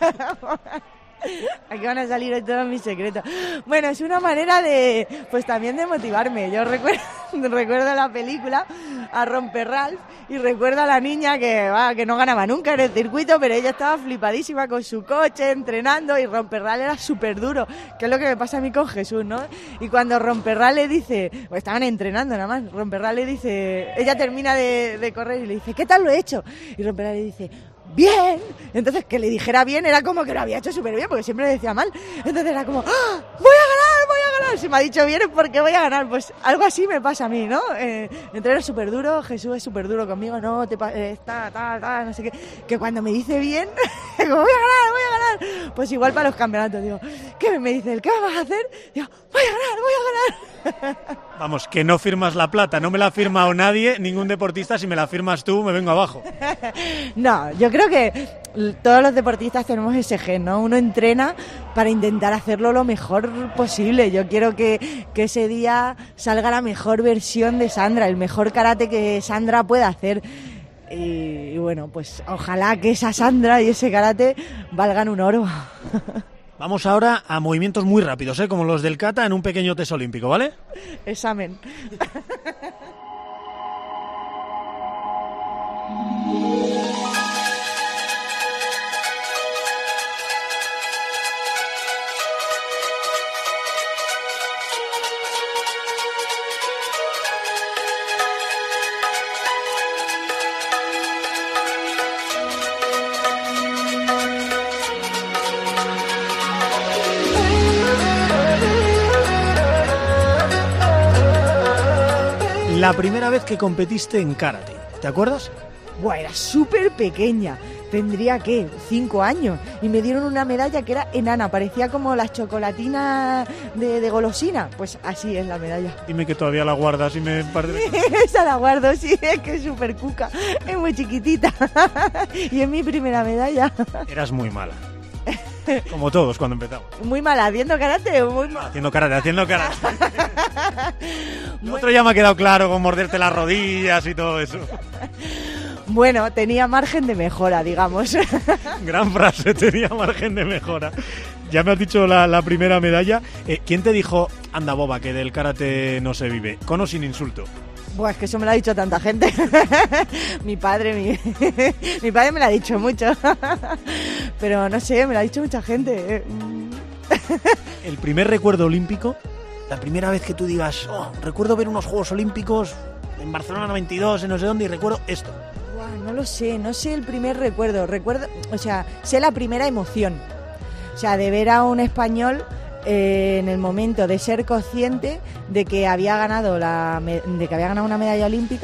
Aquí van a salir hoy todos mis secretos. Bueno, es una manera de, pues también de motivarme. Yo recuerdo, recuerdo la película a Romperralph y recuerdo a la niña que, va, que no ganaba nunca en el circuito, pero ella estaba flipadísima con su coche, entrenando, y Romperralph era súper duro, que es lo que me pasa a mí con Jesús, ¿no? Y cuando Romperralph le dice, pues estaban entrenando nada más, Romperralph le dice, ella termina de, de correr y le dice, ¿qué tal lo he hecho? Y Romperralph le dice, bien. Entonces que le dijera bien era como que lo había hecho súper bien, porque siempre le decía mal. Entonces era como, ¡ah! ¡Voy a ganar! ¡Voy a ganar! Si me ha dicho bien es porque voy a ganar. Pues algo así me pasa a mí, ¿no? Eh, entreno súper duro, Jesús es súper duro conmigo, no, te pa- eh, está, ta, ta, no sé qué. Que cuando me dice bien, como, voy a ganar, voy a ganar. Pues igual para los campeonatos, digo, ¿qué me dice él? ¿Qué vas a hacer? Digo, voy a ganar, voy a ganar. Vamos, que no firmas la plata, no me la ha firmado nadie, ningún deportista, si me la firmas tú me vengo abajo. No, yo creo que todos los deportistas tenemos ese gen, ¿no? Uno entrena para intentar hacerlo lo mejor posible. Yo quiero que, que ese día salga la mejor versión de Sandra, el mejor karate que Sandra pueda hacer. Y, y bueno, pues ojalá que esa Sandra y ese karate valgan un oro. Vamos ahora a movimientos muy rápidos, ¿eh? Como los del kata en un pequeño test olímpico, ¿vale? Examen. La primera vez que competiste en karate, ¿te acuerdas? Buah, era súper pequeña, tendría, ¿qué?, cinco años, y me dieron una medalla que era enana, parecía como las chocolatinas de, de golosina, pues así es la medalla. Dime que todavía la guardas y me parece... Esa la guardo, sí, es que es súper cuca, es muy chiquitita, y es mi primera medalla. Eras muy mala, como todos cuando empezamos. Muy mala, haciendo karate, muy mala. Haciendo karate, haciendo karate. Lo otro ya me ha quedado claro, con morderte las rodillas y todo eso. Bueno, tenía margen de mejora, digamos. Gran frase, tenía margen de mejora. Ya me has dicho la, la primera medalla. Eh, ¿Quién te dijo, anda boba, que del karate no se vive? Con o sin insulto. Buah, es que eso me lo ha dicho tanta gente. Mi padre, mi, mi padre me lo ha dicho mucho. Pero no sé, me lo ha dicho mucha gente. El primer recuerdo olímpico, la primera vez que tú digas, oh, recuerdo ver unos Juegos Olímpicos en Barcelona noventa y dos, en no sé dónde, y recuerdo esto. Buah, no lo sé, no sé el primer recuerdo. Recuerdo, o sea, sé la primera emoción. O sea, de ver a un español eh, en el momento de ser consciente de que había ganado la de que había ganado una medalla olímpica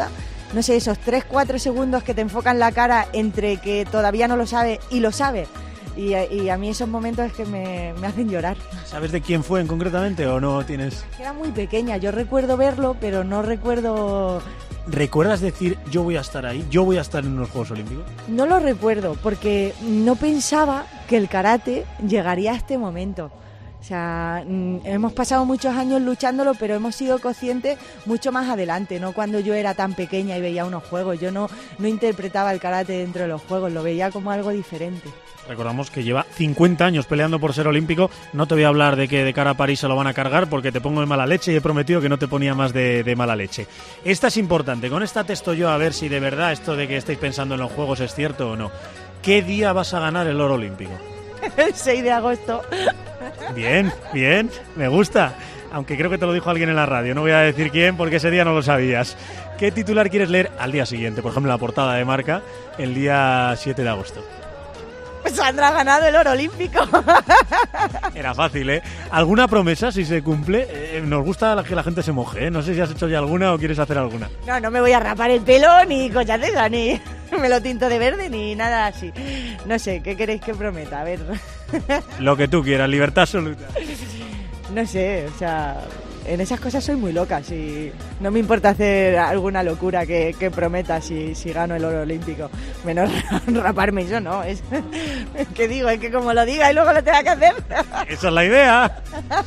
no sé, esos tres cuatro segundos que te enfocan la cara entre que todavía no lo sabe y lo sabe. Y, y a mí esos momentos es que me, me hacen llorar. ¿Sabes de quién fue en concretamente o no tienes...? Era muy pequeña, yo recuerdo verlo, pero no recuerdo... ¿Recuerdas decir, yo voy a estar ahí, yo voy a estar en los Juegos Olímpicos? No lo recuerdo, porque no pensaba que el karate llegaría a este momento. O sea, hemos pasado muchos años luchándolo, pero hemos sido conscientes mucho más adelante, no cuando yo era tan pequeña y veía unos juegos. Yo no, no interpretaba el karate dentro de los juegos, lo veía como algo diferente. Recordamos que lleva cincuenta años peleando por ser olímpico. No te voy a hablar de que de cara a París se lo van a cargar porque te pongo de mala leche y he prometido que no te ponía más de, de mala leche. Esta es importante, con esta testo yo a ver si de verdad esto de que estáis pensando en los juegos es cierto o no. ¿Qué día vas a ganar el oro olímpico? El seis de agosto. Bien, bien, me gusta. Aunque creo que te lo dijo alguien en la radio, no voy a decir quién porque ese día no lo sabías. ¿Qué titular quieres leer al día siguiente? Por ejemplo, la portada de Marca, el día siete de agosto. Sandra ha ganado el oro olímpico. Era fácil, ¿eh? ¿Alguna promesa, si se cumple? Eh, nos gusta que la gente se moje, ¿eh? No sé si has hecho ya alguna o quieres hacer alguna. No, no me voy a rapar el pelo, ni cosas de esas, ni me lo tinto de verde, ni nada así. No sé, ¿qué queréis que prometa? A ver. Lo que tú quieras, libertad absoluta. No sé, o sea... En esas cosas soy muy loca, si no me importa hacer alguna locura que, que prometa si, si gano el oro olímpico. Menos raparme, eso no. Es, ¿qué digo? Es que como lo diga y luego lo tenga que hacer. Esa es la idea.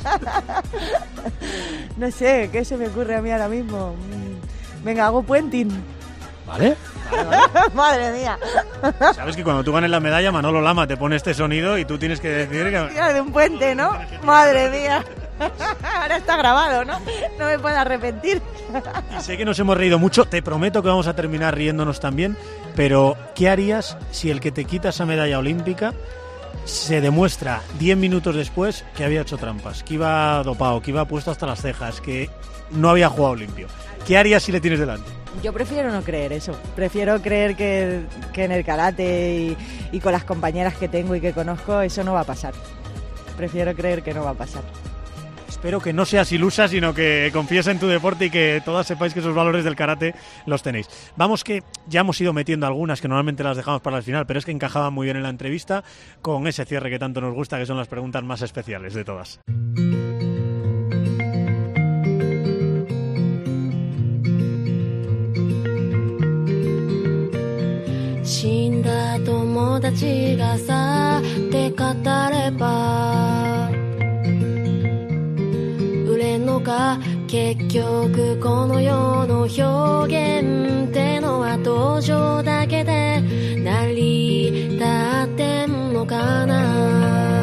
No sé, ¿qué se me ocurre a mí ahora mismo? Venga, hago puenting. ¿Vale? Vale, vale. Madre mía. Sabes que cuando tú ganes la medalla, Manolo Lama te pone este sonido y tú tienes que decir que... Tira de un puente, ¿no? Madre mía. Ahora está grabado, ¿no? No me puedo arrepentir. Y sé que nos hemos reído mucho, te prometo que vamos a terminar riéndonos también, pero ¿qué harías si el que te quita esa medalla olímpica se demuestra diez minutos después que había hecho trampas, que iba dopado, que iba puesto hasta las cejas, que no había jugado limpio? ¿Qué harías si le tienes delante? Yo prefiero no creer eso. Prefiero creer que, que en el karate y, y con las compañeras que tengo y que conozco eso no va a pasar. Prefiero creer que no va a pasar. Espero que no seas ilusa, sino que confíes en tu deporte y que todas sepáis que esos valores del karate los tenéis. Vamos, que ya hemos ido metiendo algunas que normalmente las dejamos para el final, pero es que encajaban muy bien en la entrevista con ese cierre que tanto nos gusta, que son las preguntas más especiales de todas. 死んだ友達がさって語れば売れんのか結局この世の表現ってのは登場だけで成り立ってんのかな。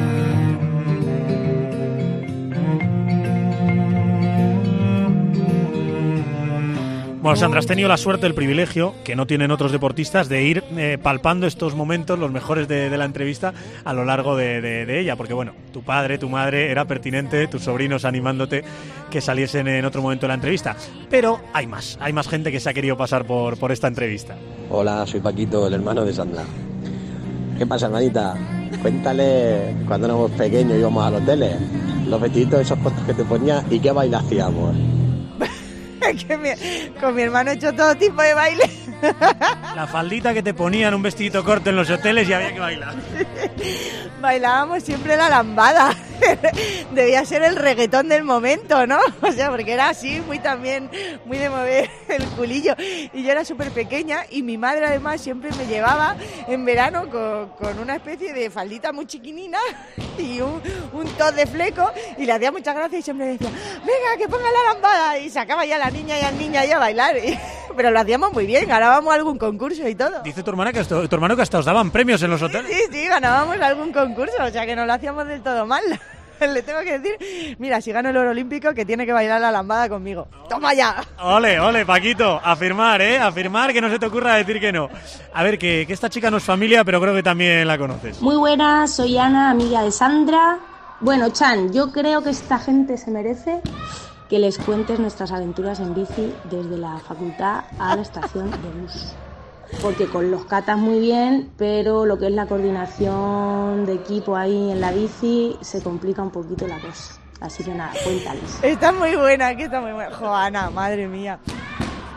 Bueno, Sandra, has tenido la suerte, el privilegio, que no tienen otros deportistas, de ir eh, palpando estos momentos, los mejores de, de la entrevista, a lo largo de, de, de ella. Porque, bueno, tu padre, tu madre, era pertinente, tus sobrinos animándote que saliesen en otro momento de la entrevista. Pero hay más, hay más gente que se ha querido pasar por, por esta entrevista. Hola, soy Paquito, el hermano de Sandra. ¿Qué pasa, hermanita? Cuéntale, cuando éramos pequeños íbamos a los hoteles, los vestiditos esos cortos que te ponías y qué baile hacíamos. Que mi, con mi hermano he hecho todo tipo de baile. La faldita que te ponían, un vestidito corto en los hoteles y había que bailar. Bailábamos siempre la lambada. Debía ser el reggaetón del momento, ¿no? O sea, porque era así, muy también, muy de mover el culillo. Y yo era súper pequeña y mi madre además siempre me llevaba en verano con, con una especie de faldita muy chiquinina y un, un top de fleco, y le hacía mucha gracia y siempre decía, venga, que ponga la lambada, y sacaba ya a la niña y al niño ahí a bailar. Y, pero lo hacíamos muy bien, ganábamos algún concurso y todo. Dice tu hermana que esto, tu hermano que hasta os daban premios en los hoteles. Sí, sí, sí, ganábamos algún concurso, o sea que no lo hacíamos del todo mal. Le tengo que decir, mira, si gano el oro olímpico, que tiene que bailar la lambada conmigo. ¡Toma ya! Ole, ole, Paquito, afirmar, ¿eh? Afirmar, que no se te ocurra decir que no. A ver, que, que esta chica no es familia, pero creo que también la conoces. Muy buenas, soy Ana, amiga de Sandra. Bueno, Chan, yo creo que esta gente se merece que les cuentes nuestras aventuras en bici desde la facultad a la estación de bus. Porque con los catas muy bien, pero lo que es la coordinación de equipo ahí en la bici se complica un poquito la cosa. Así que nada, cuéntales. Está muy buena, que está muy buena. Joana, madre mía.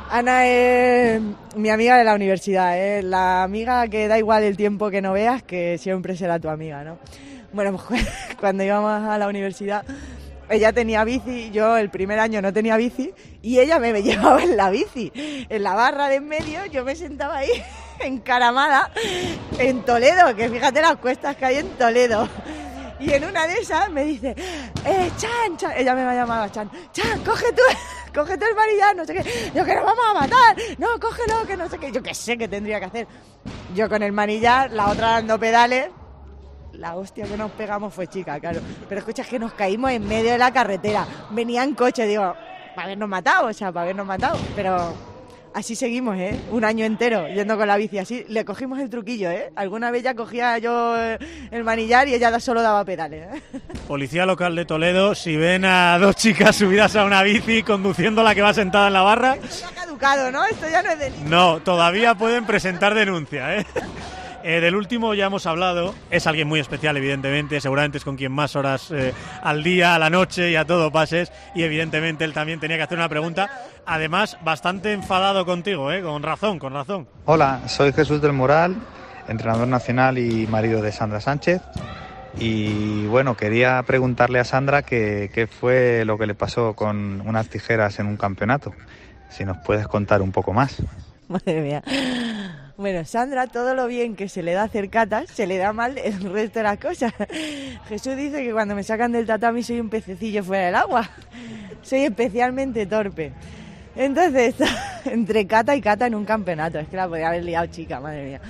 Ana es mi amiga de la universidad, ¿eh? La amiga que da igual el tiempo que no veas, que siempre será tu amiga, ¿no? Bueno, pues cuando íbamos a la universidad, ella tenía bici, yo el primer año no tenía bici, y ella me llevaba en la bici. En la barra de en medio, yo me sentaba ahí, encaramada, en Toledo, que fíjate las cuestas que hay en Toledo. Y en una de esas me dice, eh, Chan, Chan, ella me llamaba Chan, Chan, coge tú, coge tú el manillar, no sé qué, yo que nos vamos a matar, no, cógelo, que no sé qué, yo qué sé qué tendría que hacer. Yo con el manillar, la otra dando pedales, la hostia que nos pegamos fue chica, claro. Pero escucha, es que nos caímos en medio de la carretera, venía en coche, digo, para habernos matado, o sea, para habernos matado, pero... Así seguimos, ¿eh? Un año entero yendo con la bici así. Le cogimos el truquillo, ¿eh? Alguna vez ya cogía yo el manillar y ella solo daba pedales, ¿eh? Policía local de Toledo, si ven a dos chicas subidas a una bici conduciendo la que va sentada en la barra... Esto ya ha caducado, ¿no? Esto ya no es delito. No, todavía pueden presentar denuncia, ¿eh? Eh, del último ya hemos hablado, es alguien muy especial evidentemente, seguramente es con quien más horas eh, al día, a la noche y a todo pases, y evidentemente él también tenía que hacer una pregunta, además bastante enfadado contigo, ¿eh? Con razón, con razón. Hola, soy Jesús del Moral, entrenador nacional y marido de Sandra Sánchez, y bueno, quería preguntarle a Sandra qué, qué fue lo que le pasó con unas tijeras en un campeonato, si nos puedes contar un poco más. Madre mía. Bueno, Sandra, todo lo bien que se le da hacer catas, se le da mal el resto de las cosas. Jesús dice que cuando me sacan del tatami soy un pececillo fuera del agua. Soy especialmente torpe. Entonces, entre cata y cata en un campeonato. Es que la podía haber liado chica, madre mía.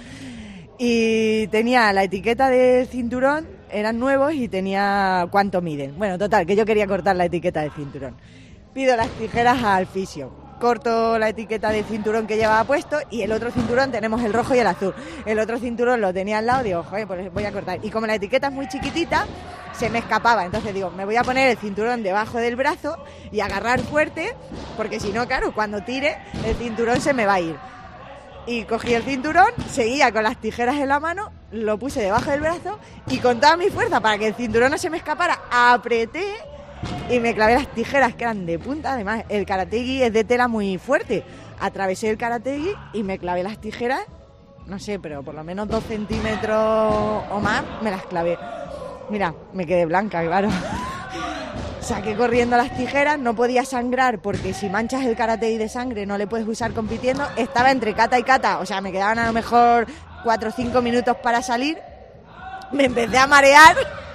Y tenía la etiqueta de cinturón, eran nuevos y tenía cuánto miden. Bueno, total, que yo quería cortar la etiqueta de cinturón. Pido las tijeras al fisio. Corto la etiqueta de cinturón que llevaba puesto y el otro cinturón tenemos el rojo y el azul. El otro cinturón lo tenía al lado, digo, joder, pues voy a cortar. Y como la etiqueta es muy chiquitita, se me escapaba. Entonces digo, me voy a poner el cinturón debajo del brazo y agarrar fuerte, porque si no, claro, cuando tire, el cinturón se me va a ir. Y cogí el cinturón, seguía con las tijeras en la mano, lo puse debajo del brazo y con toda mi fuerza para que el cinturón no se me escapara, apreté y me clavé las tijeras que eran de punta. Además, el karategi es de tela muy fuerte. Atravesé el karategi y me clavé las tijeras, no sé, pero por lo menos dos centímetros o más me las clavé. Mira, me quedé blanca, claro. Saqué corriendo las tijeras, no podía sangrar porque si manchas el karategi de sangre no le puedes usar compitiendo. Estaba entre kata y kata, o sea, me quedaban a lo mejor cuatro o cinco minutos para salir. Me empecé a marear.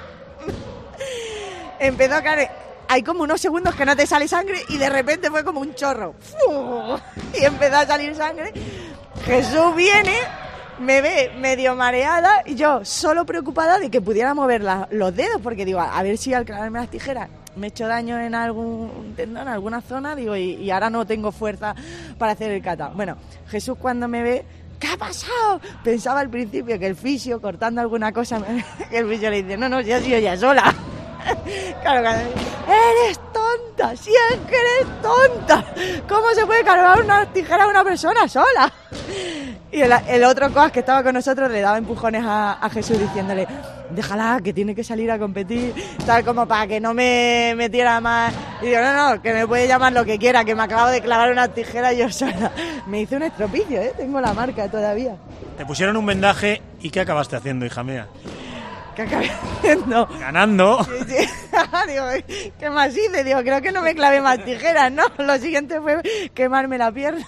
Empezó a caer, hay como unos segundos que no te sale sangre y de repente fue como un chorro. ¡Fu! Y empezó a salir sangre. Jesús viene, me ve medio mareada y yo solo preocupada de que pudiera mover la, los dedos, porque digo, a ver si al clavarme las tijeras me he hecho daño en algún tendón, en alguna zona, digo, y, y ahora no tengo fuerza para hacer el kata. Bueno, Jesús cuando me ve, ¿qué ha pasado? Pensaba al principio que el fisio, cortando alguna cosa, que el fisio le dice, no, no, ya soy yo ya sola. Claro, eres tonta, si es que eres tonta. ¿Cómo se puede cargar una tijera a una persona sola? Y el, el otro coach que estaba con nosotros le daba empujones a, a Jesús diciéndole, déjala, que tiene que salir a competir, tal, como para que no me metiera más. Y digo, no, no, que me puede llamar lo que quiera, que me acabo de clavar una tijera yo sola. Me hizo un estropicio, ¿eh? Tengo la marca todavía. Te pusieron un vendaje y ¿qué acabaste haciendo, hija mía? ¿Qué acabé haciendo? Ganando. Sí, sí. Digo, ¿qué más hice? Digo, creo que no me clavé más tijeras, ¿no? Lo siguiente fue quemarme la pierna.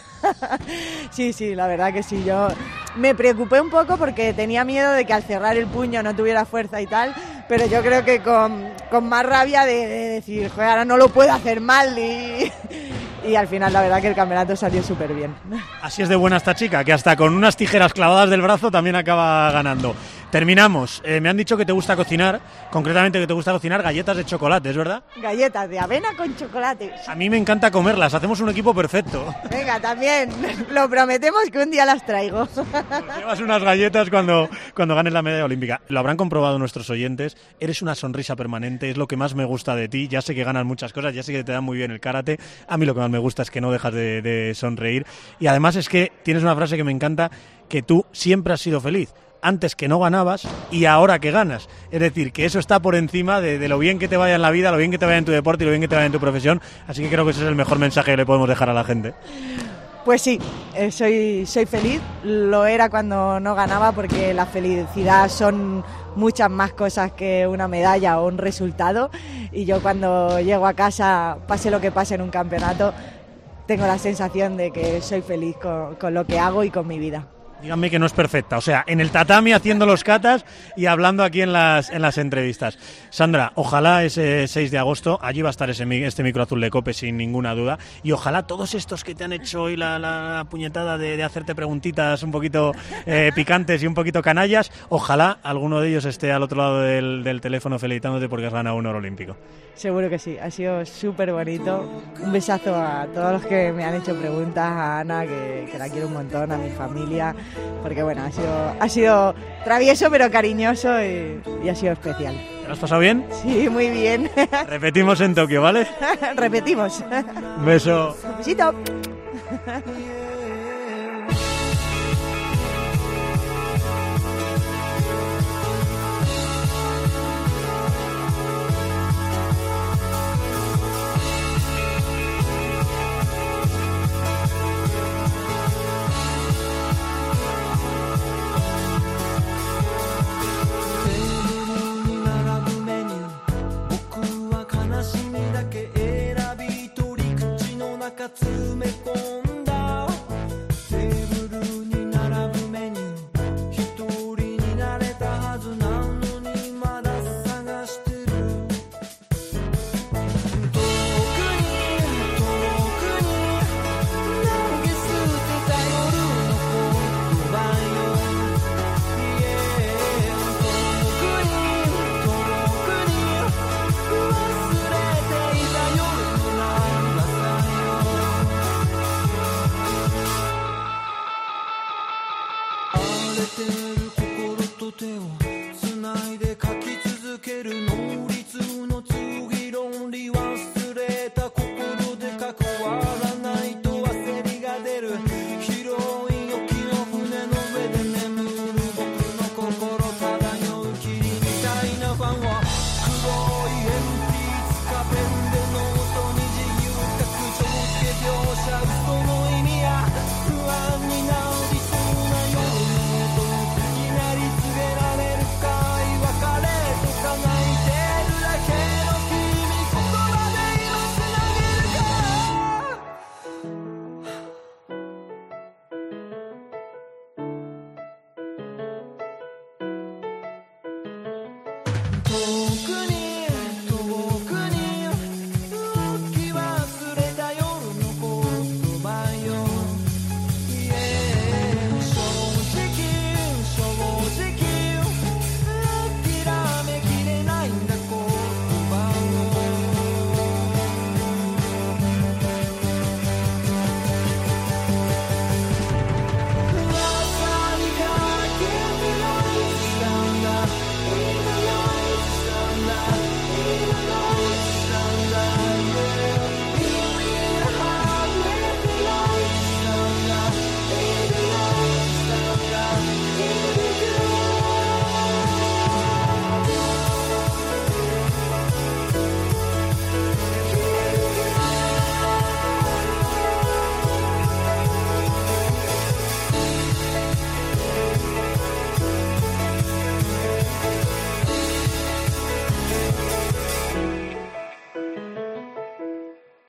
Sí, sí, la verdad que sí. Yo me preocupé un poco porque tenía miedo de que al cerrar el puño no tuviera fuerza y tal, pero yo creo que con, con más rabia de, de decir, joder, ahora no lo puedo hacer mal y... Y al final la verdad que el campeonato salió súper bien. Así es de buena esta chica, que hasta con unas tijeras clavadas del brazo también acaba ganando. Terminamos. Eh, me han dicho que te gusta cocinar, concretamente que te gusta cocinar galletas de chocolate, ¿es verdad? Galletas de avena con chocolate. A mí me encanta comerlas, hacemos un equipo perfecto. Venga, también, lo prometemos que un día las traigo. Nos llevas unas galletas cuando, cuando ganes la medalla olímpica. Lo habrán comprobado nuestros oyentes, eres una sonrisa permanente, es lo que más me gusta de ti. Ya sé que ganas muchas cosas, ya sé que te da muy bien el karate. A mí lo que más me gusta es que no dejas de, de sonreír. Y además es que tienes una frase que me encanta, que tú siempre has sido feliz. Antes que no ganabas y ahora que ganas. Es decir, que eso está por encima de, de lo bien que te vaya en la vida, lo bien que te vaya en tu deporte y lo bien que te vaya en tu profesión. Así que creo que ese es el mejor mensaje que le podemos dejar a la gente. Pues sí, eh, soy, soy feliz, lo era cuando no ganaba porque la felicidad son muchas más cosas que una medalla o un resultado y yo cuando llego a casa, pase lo que pase en un campeonato, tengo la sensación de que soy feliz con, con lo que hago y con mi vida. Díganme que no es perfecta, o sea, en el tatami haciendo los katas y hablando aquí en las en las entrevistas. Sandra, ojalá ese seis de agosto, allí va a estar ese este micro azul de COPE sin ninguna duda, y ojalá todos estos que te han hecho hoy la, la puñetada de, de hacerte preguntitas un poquito eh, picantes y un poquito canallas, ojalá alguno de ellos esté al otro lado del, del teléfono felicitándote porque has ganado un oro olímpico. Seguro que sí, ha sido súper bonito. Un besazo a todos los que me han hecho preguntas, a Ana, que, que la quiero un montón, a mi familia, porque bueno, ha sido, ha sido travieso pero cariñoso y, y ha sido especial. ¿Te lo has pasado bien? Sí, muy bien. Repetimos en Tokio, ¿vale? Repetimos. Un beso. Un besito. Oh